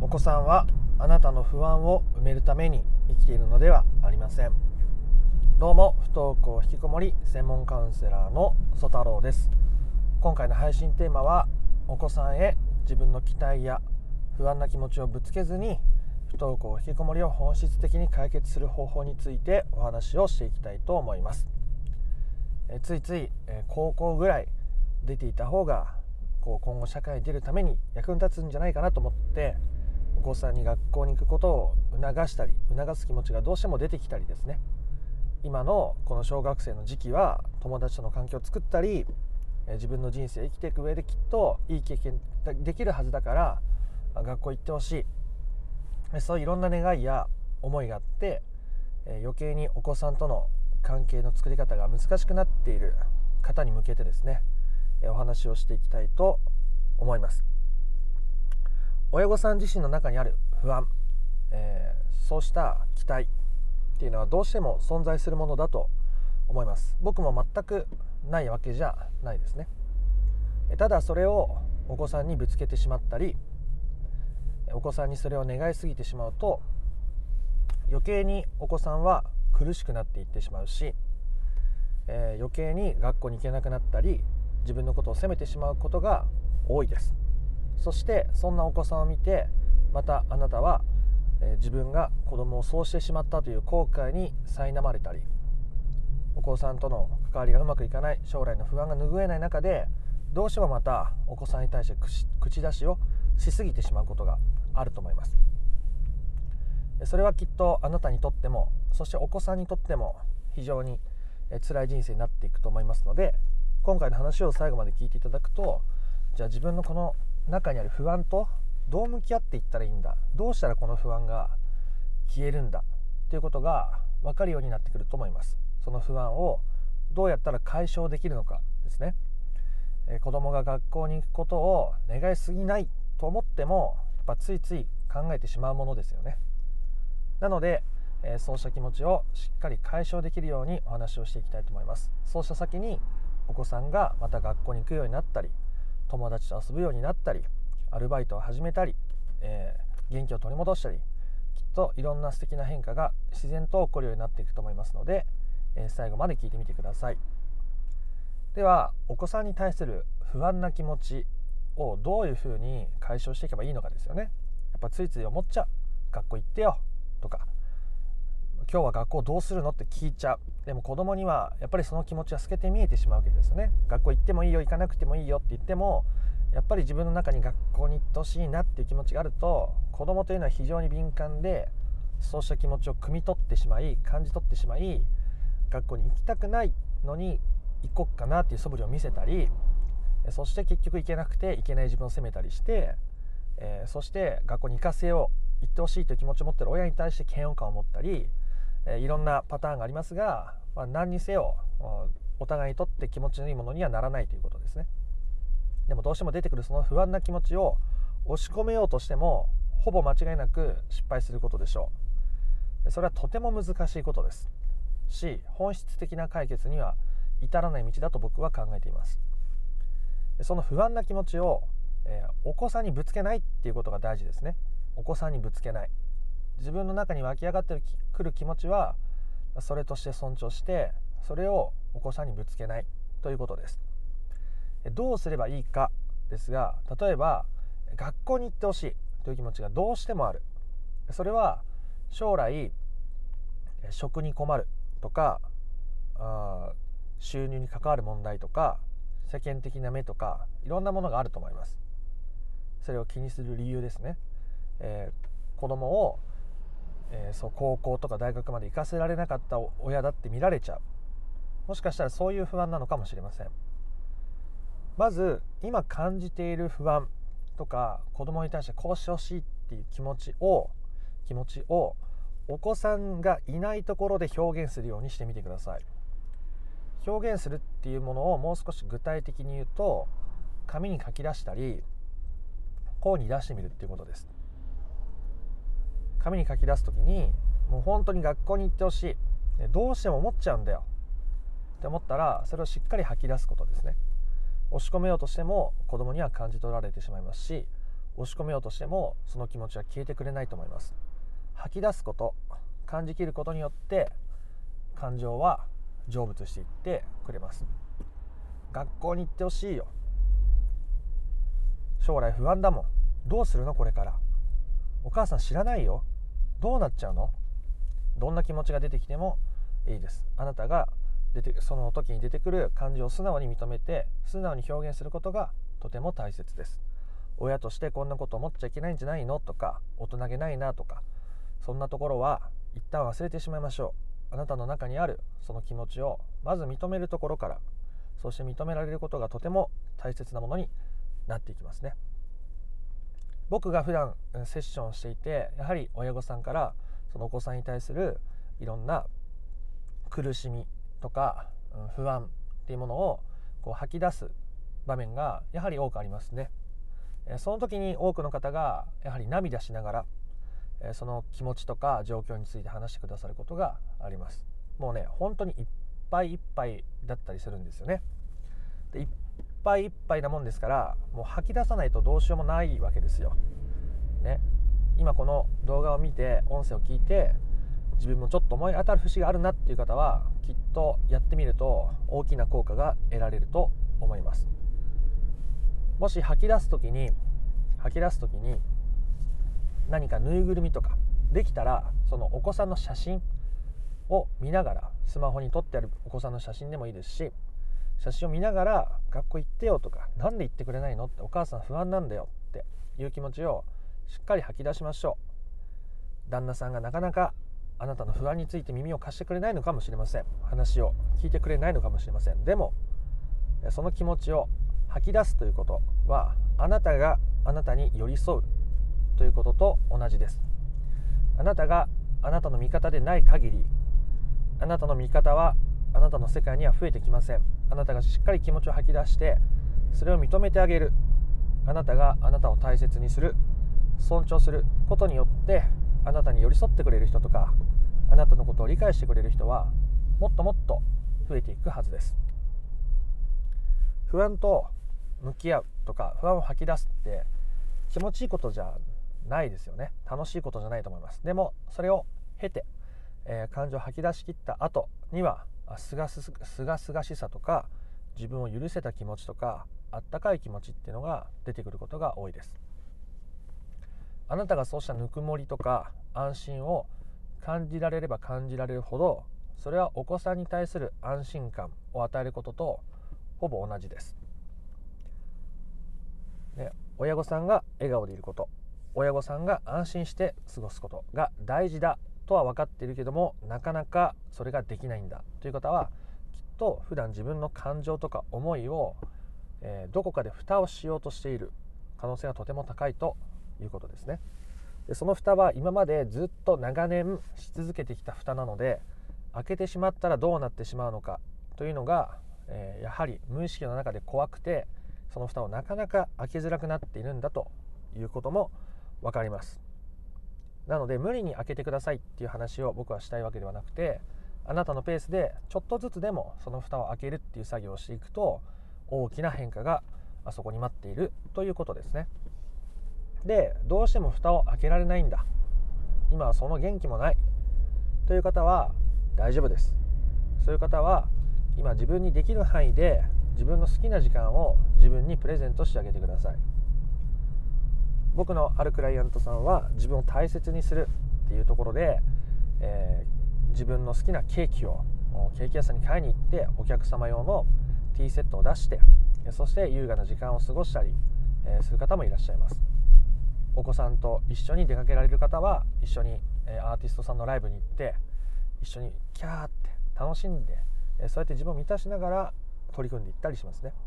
お子さんはあなたの不安を埋めるために生きているのではありません。どうも、不登校引きこもり専門カウンセラーの曽太郎です。今回の配信テーマは、お子さんへ自分の期待や不安な気持ちをぶつけずに不登校引きこもりを本質的に解決する方法についてお話をしていきたいと思います。ついつい高校ぐらい出ていた方が今後社会に出るために役に立つんじゃないかなと思って、お子さんに学校に行くことを促す気持ちがどうしても出てきたりですね、今のこの小学生の時期は友達との関係を作ったり、自分の人生生きていく上できっといい経験できるはずだから学校行ってほしい、そういういろんな願いや思いがあって、余計にお子さんとの関係の作り方が難しくなっている方に向けてですね、お話をしていきたいと思います。親御さん自身の中にある不安、そうした期待っていうのはどうしても存在するものだと思います。僕も全くないわけじゃないですね。ただそれをお子さんにぶつけてしまったり、お子さんにそれを願いすぎてしまうと、余計にお子さんは苦しくなっていってしまうし、余計に学校に行けなくなったり、自分のことを責めてしまうことが多いです。そしてそんなお子さんを見て、またあなたは、自分が子供をそうしてしまったという後悔に苛まれたり、お子さんとの関わりがうまくいかない、将来の不安が拭えない中で、どうしてもまたお子さんに対して口出しをしすぎてしまうことがあると思います。それはきっとあなたにとっても、そしてお子さんにとっても非常に辛い人生になっていくと思いますので、今回の話を最後まで聞いていただくと、じゃあ自分のこの中にある不安とどう向き合っていったらいいんだ、どうしたらこの不安が消えるんだということが分かるようになってくると思います。その不安をどうやったら解消できるのかですね。子供が学校に行くことを願いすぎないと思っても、やっぱついつい考えてしまうものですよね。なので、そうした気持ちをしっかり解消できるようにお話をしていきたいと思います。そうした先にお子さんがまた学校に行くようになったり、友達と遊ぶようになったり、アルバイトを始めたり、元気を取り戻したり、きっといろんな素敵な変化が自然と起こるようになっていくと思いますので、最後まで聞いてみてください。では、お子さんに対する不安な気持ちをどういうふうに解消していけばいいのかですよね。やっぱついつい思っちゃう。学校行ってよとか、今日は学校どうするのって聞いちゃう。でも子供にはやっぱりその気持ちは透けて見えてしまうわけですよね。学校行ってもいいよ、行かなくてもいいよって言っても、やっぱり自分の中に学校に行ってほしいなっていう気持ちがあると、子供というのは非常に敏感で、そうした気持ちを汲み取ってしまい、感じ取ってしまい、学校に行きたくないのに行こっかなっていう素振りを見せたり、そして結局行けなくて、行けない自分を責めたりして、そして学校に行かせよう、行ってほしいという気持ちを持っている親に対して嫌悪感を持ったり、いろんなパターンがありますが、何にせよお互いにとって気持ちのいいものにはならないということですね。でもどうしても出てくるその不安な気持ちを押し込めようとしても、ほぼ間違いなく失敗することでしょう。それはとても難しいことですし、本質的な解決には至らない道だと僕は考えています。その不安な気持ちを、お子さんにぶつけないっていうことが大事ですね。お子さんにぶつけない。自分の中に湧き上がってくる気持ちはそれとして尊重して、それをお子さんにぶつけないということです。どうすればいいかですが、例えば学校に行ってほしいという気持ちがどうしてもある。それは将来食に困るとか、収入に関わる問題とか、世間的な目とか、いろんなものがあると思います。それを気にする理由ですね。子供を高校とか大学まで行かせられなかった親だって見られちゃう。もしかしたらそういう不安なのかもしれません。まず今感じている不安とか、子供に対してこうしてほしいっていう気持ちをお子さんがいないところで表現するようにしてみてください。表現するっていうものをもう少し具体的に言うと、紙に書き出したり声に出してみるっていうことです。紙に書き出すときに、もう本当に学校に行ってほしい、どうしても思っちゃうんだよって思ったら、それをしっかり吐き出すことですね。押し込めようとしても子供には感じ取られてしまいますし、 押し込めようとしてもその気持ちは消えてくれないと思います。吐き出すこと、感じきることによって感情は成仏していってくれます。学校に行ってほしいよ、将来不安だもん、どうするのこれから、お母さん知らないよ、どうなっちゃうの、どんな気持ちが出てきてもいいです。あなたがその時に出てくる感情を素直に認めて素直に表現することがとても大切です。親としてこんなこと思っちゃいけないんじゃないのとか、大人げないなとか、そんなところは一旦忘れてしまいましょう。あなたの中にあるその気持ちをまず認めるところから、そして認められることがとても大切なものになっていきますね。僕が普段セッションしていて、やはり親御さんからそのお子さんに対するいろんな苦しみとか不安っていうものを吐き出す場面がやはり多くありますね。その時に多くの方がやはり涙しながらその気持ちとか状況について話してくださることがあります。もうね、本当にいっぱいいっぱいだったりするんですよね。でいっぱいいっぱいなもんですから、もう吐き出さないとどうしようもないわけですよ、ね。今この動画を見て音声を聞いて自分もちょっと思い当たる節があるなっていう方は、きっとやってみると大きな効果が得られると思います。もし吐き出す時に何かぬいぐるみとかできたら、そのお子さんの写真を見ながら、スマホに撮ってあるお子さんの写真でもいいですし、写真を見ながら学校行ってよとか、なんで行ってくれないのって、お母さん不安なんだよっていう気持ちをしっかり吐き出しましょう。旦那さんがなかなかあなたの不安について耳を貸してくれないのかもしれません。話を聞いてくれないのかもしれません。でもその気持ちを吐き出すということは、あなたがあなたに寄り添うということと同じです。あなたがあなたの味方でない限り、あなたの味方はあなたの世界には増えてきません。あなたがしっかり気持ちを吐き出してそれを認めてあげる、あなたがあなたを大切にする、尊重することによって、あなたに寄り添ってくれる人とか、あなたのことを理解してくれる人はもっともっと増えていくはずです。不安と向き合うとか、不安を吐き出すって気持ちいいことじゃないですよね。楽しいことじゃないと思います。でもそれを経て、感情を吐き出し切った後にはすがすがしさとか、自分を許せた気持ちとか、あったかい気持ちっていうのが出てくることが多いです。あなたがそうしたぬくもりとか安心を感じられれば感じられるほど、それはお子さんに対する安心感を与えることとほぼ同じです。親御さんが笑顔でいること、親御さんが安心して過ごすことが大事だとは分かっているけども、なかなかそれができないんだという方は、きっと普段自分の感情とか思いを、どこかで蓋をしようとしている可能性がとても高いということですね。でその蓋は今までずっと長年し続けてきた蓋なので、開けてしまったらどうなってしまうのかというのが、やはり無意識の中で怖くて、その蓋をなかなか開けづらくなっているんだということも分かります。なので無理に開けてくださいっていう話を僕はしたいわけではなくて、あなたのペースでちょっとずつでもその蓋を開けるっていう作業をしていくと、大きな変化があそこに待っているということですね。で、どうしても蓋を開けられないんだ、今はその元気もないという方は大丈夫です。そういう方は今自分にできる範囲で自分の好きな時間を自分にプレゼントしてあげてください。僕のあるクライアントさんは自分を大切にするっていうところで、自分の好きなケーキをケーキ屋さんに買いに行ってお客様用のティーセットを出して、そして優雅な時間を過ごしたりする方もいらっしゃいます。お子さんと一緒に出かけられる方は一緒にアーティストさんのライブに行って一緒にキャーって楽しんで、そうやって自分を満たしながら取り組んでいったりしますね。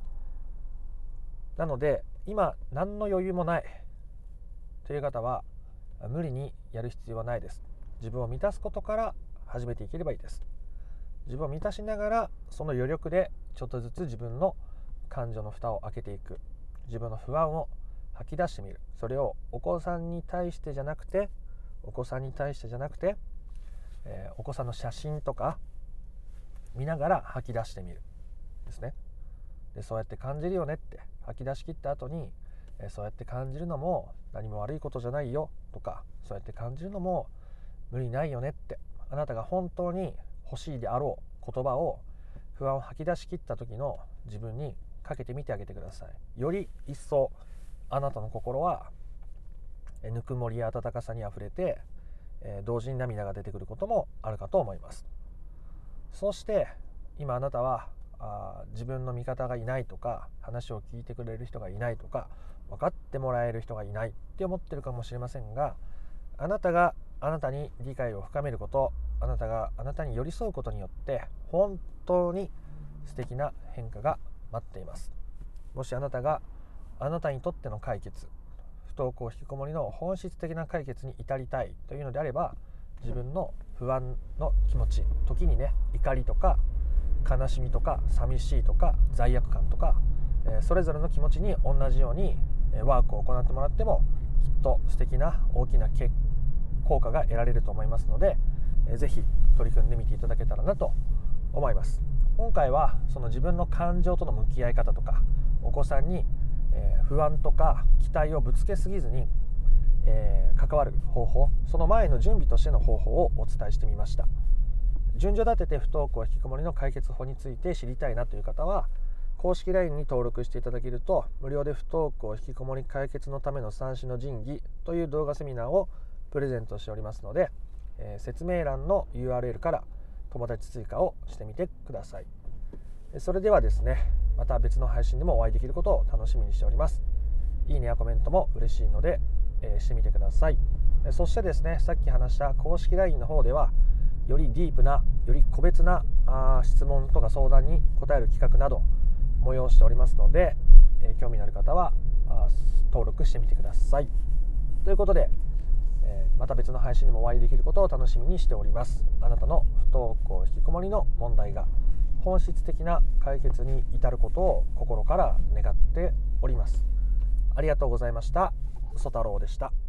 なので今何の余裕もないという方は無理にやる必要はないです。自分を満たすことから始めていければいいです。自分を満たしながらその余力でちょっとずつ自分の感情の蓋を開けていく、自分の不安を吐き出してみる。それをお子さんに対してじゃなくてお子さんの写真とか見ながら吐き出してみるですね。でそうやって感じるよねって吐き出し切った後に、 そうやって感じるのも何も悪いことじゃないよとか、そうやって感じるのも無理ないよねって、あなたが本当に欲しいであろう言葉を、不安を吐き出し切った時の自分にかけてみてあげてください。より一層あなたの心はぬくもりや温かさにあふれて、同時に涙が出てくることもあるかと思います。そして今あなたは自分の味方がいないとか、話を聞いてくれる人がいないとか、分かってもらえる人がいないって思ってるかもしれませんが、あなたがあなたに理解を深めること、あなたがあなたに寄り添うことによって本当に素敵な変化が待っています。もしあなたがあなたにとっての解決、不登校引きこもりの本質的な解決に至りたいというのであれば、自分の不安の気持ち、時にね、怒りとか悲しみとか寂しいとか罪悪感とか、それぞれの気持ちに同じようにワークを行ってもらっても、きっと素敵な大きな効果が得られると思いますので、ぜひ取り組んでみていただけたらなと思います。今回はその自分の感情との向き合い方とか、お子さんに不安とか期待をぶつけすぎずに関わる方法、その前の準備としての方法をお伝えしてみました。順序立てて不登校引きこもりの解決法について知りたいなという方は、公式 LINE に登録していただけると、無料で不登校引きこもり解決のための三種の神器という動画セミナーをプレゼントしておりますので、説明欄の URL から友達追加をしてみてください。それではですね、また別の配信でもお会いできることを楽しみにしております。いいねやコメントも嬉しいので、してみてください。そしてですね、さっき話した公式 LINE の方では、よりディープな、より個別な質問とか相談に答える企画など催しておりますので、興味のある方は登録してみてください。ということで、また別の配信でもお会いできることを楽しみにしております。あなたの不登校引きこもりの問題が本質的な解決に至ることを心から願っております。ありがとうございました。曽太郎でした。